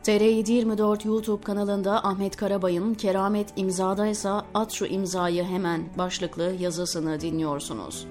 TR724 YouTube kanalında Ahmet Karabay'ın "Keramet imzadaysa at şu imzayı hemen" başlıklı yazısını dinliyorsunuz.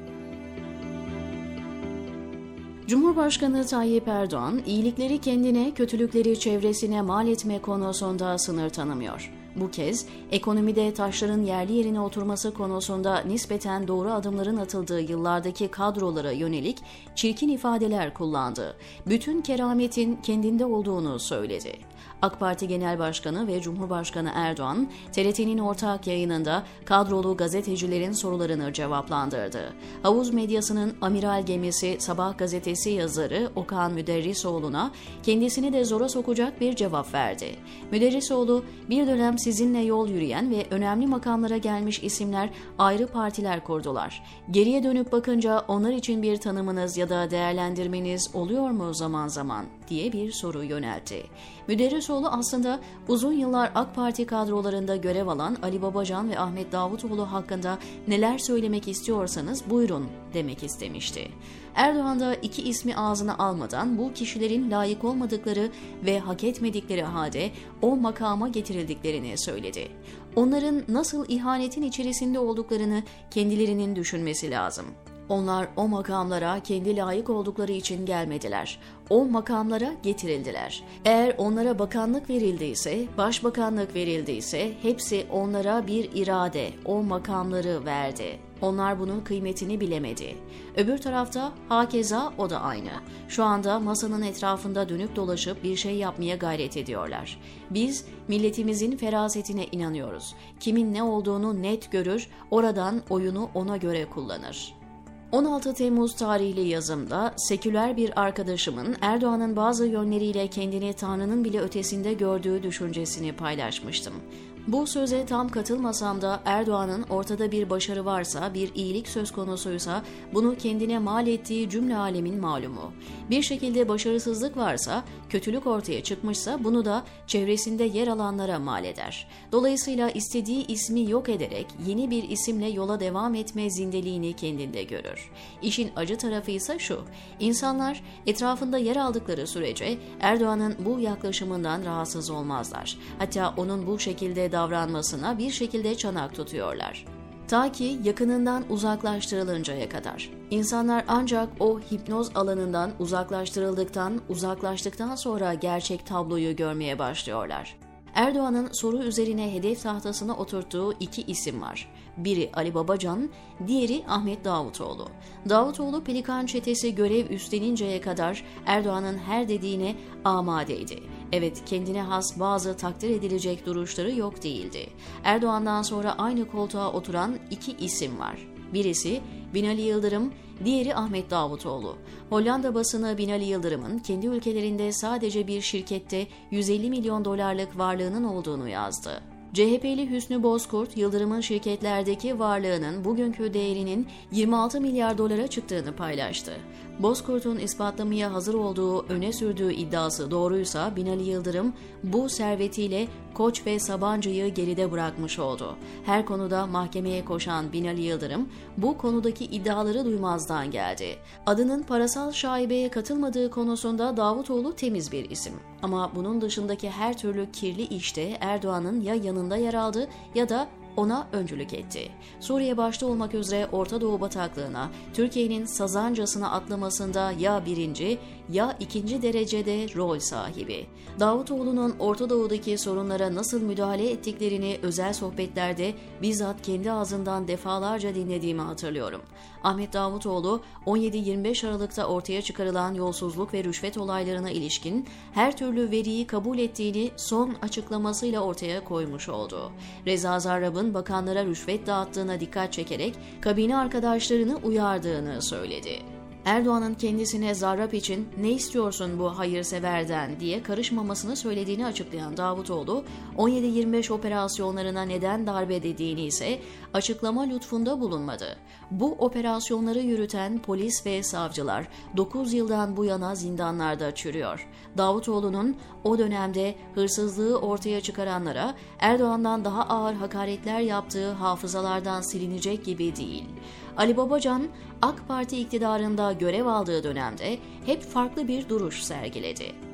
Cumhurbaşkanı Tayyip Erdoğan, iyilikleri kendine, kötülükleri çevresine mal etme konusunda sınır tanımıyor. Bu kez ekonomide taşların yerli yerine oturması konusunda nispeten doğru adımların atıldığı yıllardaki kadrolara yönelik çirkin ifadeler kullandı. Bütün kerametin kendinde olduğunu söyledi. AK Parti Genel Başkanı ve Cumhurbaşkanı Erdoğan, TRT'nin ortak yayınında kadrolu gazetecilerin sorularını cevaplandırdı. Havuz medyasının amiral gemisi Sabah gazetesi yazarı Okan Müderrisoğlu'na kendisini de zora sokacak bir cevap verdi. Müderrisoğlu, bir dönem sizinle yol yürüyen ve önemli makamlara gelmiş isimler ayrı partiler kurdular. Geriye dönüp bakınca onlar için bir tanımınız ya da değerlendirmeniz oluyor mu zaman zaman diye bir soru yöneltti. Müderrisoğlu aslında uzun yıllar AK Parti kadrolarında görev alan Ali Babacan ve Ahmet Davutoğlu hakkında neler söylemek istiyorsanız buyurun demek istemişti. Erdoğan da iki ismi ağzına almadan bu kişilerin layık olmadıkları ve hak etmedikleri halde o makama getirildiklerini söyledi. Onların nasıl ihanetin içerisinde olduklarını kendilerinin düşünmesi lazım. Onlar o makamlara kendi layık oldukları için gelmediler. O makamlara getirildiler. Eğer onlara bakanlık verildiyse, başbakanlık verildiyse hepsi onlara bir irade, o makamları verdi. Onlar bunun kıymetini bilemedi. Öbür tarafta hakeza o da aynı. Şu anda masanın etrafında dönüp dolaşıp bir şey yapmaya gayret ediyorlar. Biz milletimizin ferasetine inanıyoruz. Kimin ne olduğunu net görür, oradan oyunu ona göre kullanır. 16 Temmuz tarihli yazımda seküler bir arkadaşımın Erdoğan'ın bazı yönleriyle kendini Tanrı'nın bile ötesinde gördüğü düşüncesini paylaşmıştım. Bu söze tam katılmasam da Erdoğan'ın ortada bir başarı varsa, bir iyilik söz konusuysa bunu kendine mal ettiği cümle alemin malumu. Bir şekilde başarısızlık varsa, kötülük ortaya çıkmışsa bunu da çevresinde yer alanlara mal eder. Dolayısıyla istediği ismi yok ederek yeni bir isimle yola devam etme zindeliğini kendinde görür. İşin acı tarafı ise şu: İnsanlar etrafında yer aldıkları sürece Erdoğan'ın bu yaklaşımından rahatsız olmazlar. Hatta onun bu şekilde davranmasına bir şekilde çanak tutuyorlar. Ta ki yakınından uzaklaştırılıncaya kadar. İnsanlar ancak o hipnoz alanından uzaklaştıktan sonra gerçek tabloyu görmeye başlıyorlar. Erdoğan'ın soru üzerine hedef tahtasına oturttuğu iki isim var. Biri Ali Babacan, diğeri Ahmet Davutoğlu. Davutoğlu Pelikan çetesi görev üstleninceye kadar Erdoğan'ın her dediğine amadeydi. Evet, kendine has bazı takdir edilecek duruşları yok değildi. Erdoğan'dan sonra aynı koltuğa oturan iki isim var. Birisi Binali Yıldırım, diğeri Ahmet Davutoğlu. Hollanda basını Binali Yıldırım'ın kendi ülkelerinde sadece bir şirkette 150 milyon dolarlık varlığının olduğunu yazdı. CHP'li Hüsnü Bozkurt, Yıldırım'ın şirketlerdeki varlığının bugünkü değerinin 26 milyar dolara çıktığını paylaştı. Bozkurt'un ispatlamaya hazır olduğu öne sürdüğü iddiası doğruysa Binali Yıldırım bu servetiyle Koç ve Sabancı'yı geride bırakmış oldu. Her konuda mahkemeye koşan Binali Yıldırım bu konudaki iddiaları duymazdan geldi. Adının parasal şaibeye katılmadığı konusunda Davutoğlu temiz bir isim. Ama bunun dışındaki her türlü kirli işte Erdoğan'ın ya yanında yer aldı ya da ona öncülük etti. Suriye başta olmak üzere Orta Doğu bataklığına, Türkiye'nin sazancasına atlamasında ya birinci ya ikinci derecede rol sahibi. Davutoğlu'nun Orta Doğu'daki sorunlara nasıl müdahale ettiklerini özel sohbetlerde bizzat kendi ağzından defalarca dinlediğimi hatırlıyorum. Ahmet Davutoğlu 17-25 Aralık'ta ortaya çıkarılan yolsuzluk ve rüşvet olaylarına ilişkin her türlü veriyi kabul ettiğini son açıklamasıyla ortaya koymuş oldu. Reza Zarrab'ın bakanlara rüşvet dağıttığına dikkat çekerek kabine arkadaşlarını uyardığını söyledi. Erdoğan'ın kendisine Zarrab için "ne istiyorsun bu hayırseverden" diye karışmamasını söylediğini açıklayan Davutoğlu, 17-25 operasyonlarına neden darbe dediğini ise açıklama lütfunda bulunmadı. Bu operasyonları yürüten polis ve savcılar 9 yıldan bu yana zindanlarda çürüyor. Davutoğlu'nun o dönemde hırsızlığı ortaya çıkaranlara Erdoğan'dan daha ağır hakaretler yaptığı hafızalardan silinecek gibi değil. Ali Babacan, AK Parti iktidarında görev aldığı dönemde hep farklı bir duruş sergiledi.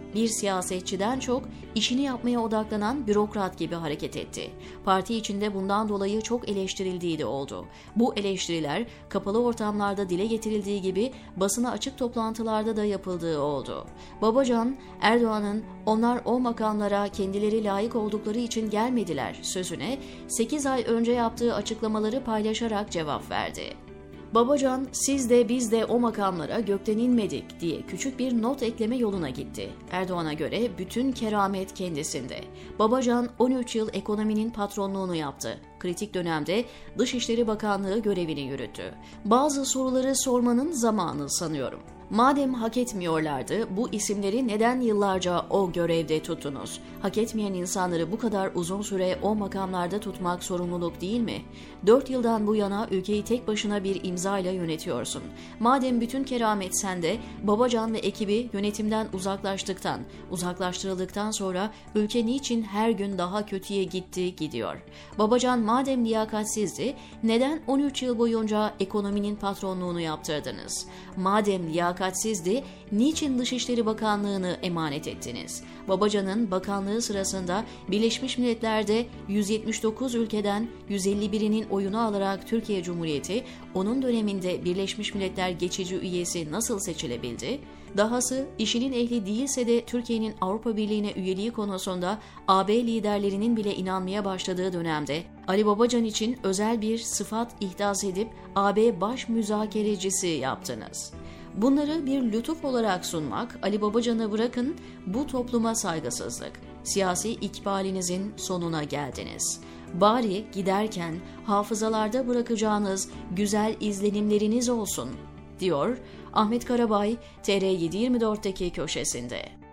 Bir siyasetçiden çok işini yapmaya odaklanan bürokrat gibi hareket etti. Parti içinde bundan dolayı çok eleştirildiği de oldu. Bu eleştiriler kapalı ortamlarda dile getirildiği gibi basına açık toplantılarda da yapıldığı oldu. Babacan, Erdoğan'ın "onlar o makamlara kendileri layık oldukları için gelmediler" sözüne 8 ay önce yaptığı açıklamaları paylaşarak cevap verdi. Babacan, "siz de biz de o makamlara gökten inmedik" diye küçük bir not ekleme yoluna gitti. Erdoğan'a göre bütün keramet kendisinde. Babacan 13 yıl ekonominin patronluğunu yaptı. Kritik dönemde Dışişleri Bakanlığı görevini yürüttü. Bazı soruları sormanın zamanı sanıyorum. Madem hak etmiyorlardı, bu isimleri neden yıllarca o görevde tuttunuz? Hak etmeyen insanları bu kadar uzun süre o makamlarda tutmak sorumluluk değil mi? 4 yıldan bu yana ülkeyi tek başına bir imzayla yönetiyorsun. Madem bütün keramet sende, Babacan ve ekibi yönetimden uzaklaştırıldıktan sonra ülke niçin her gün daha kötüye gidiyor? Babacan madem liyakatsizdi, neden 13 yıl boyunca ekonominin patronluğunu yaptırdınız? Madem liyakatsizdi, niçin Dışişleri Bakanlığı'nı emanet ettiniz? Babacan'ın bakanlığı sırasında Birleşmiş Milletler'de 179 ülkeden 151'inin oyunu alarak Türkiye Cumhuriyeti, onun döneminde Birleşmiş Milletler geçici üyesi nasıl seçilebildi? Dahası işinin ehli değilse de Türkiye'nin Avrupa Birliği'ne üyeliği konusunda AB liderlerinin bile inanmaya başladığı dönemde Ali Babacan için özel bir sıfat ihdas edip AB baş müzakerecisi yaptınız. Bunları bir lütuf olarak sunmak, Ali Babacan'ı bırakın, bu topluma saygısızlık. Siyasi ikbalinizin sonuna geldiniz. Bari giderken hafızalarda bırakacağınız güzel izlenimleriniz olsun, diyor Ahmet Karabay, TR724'teki köşesinde.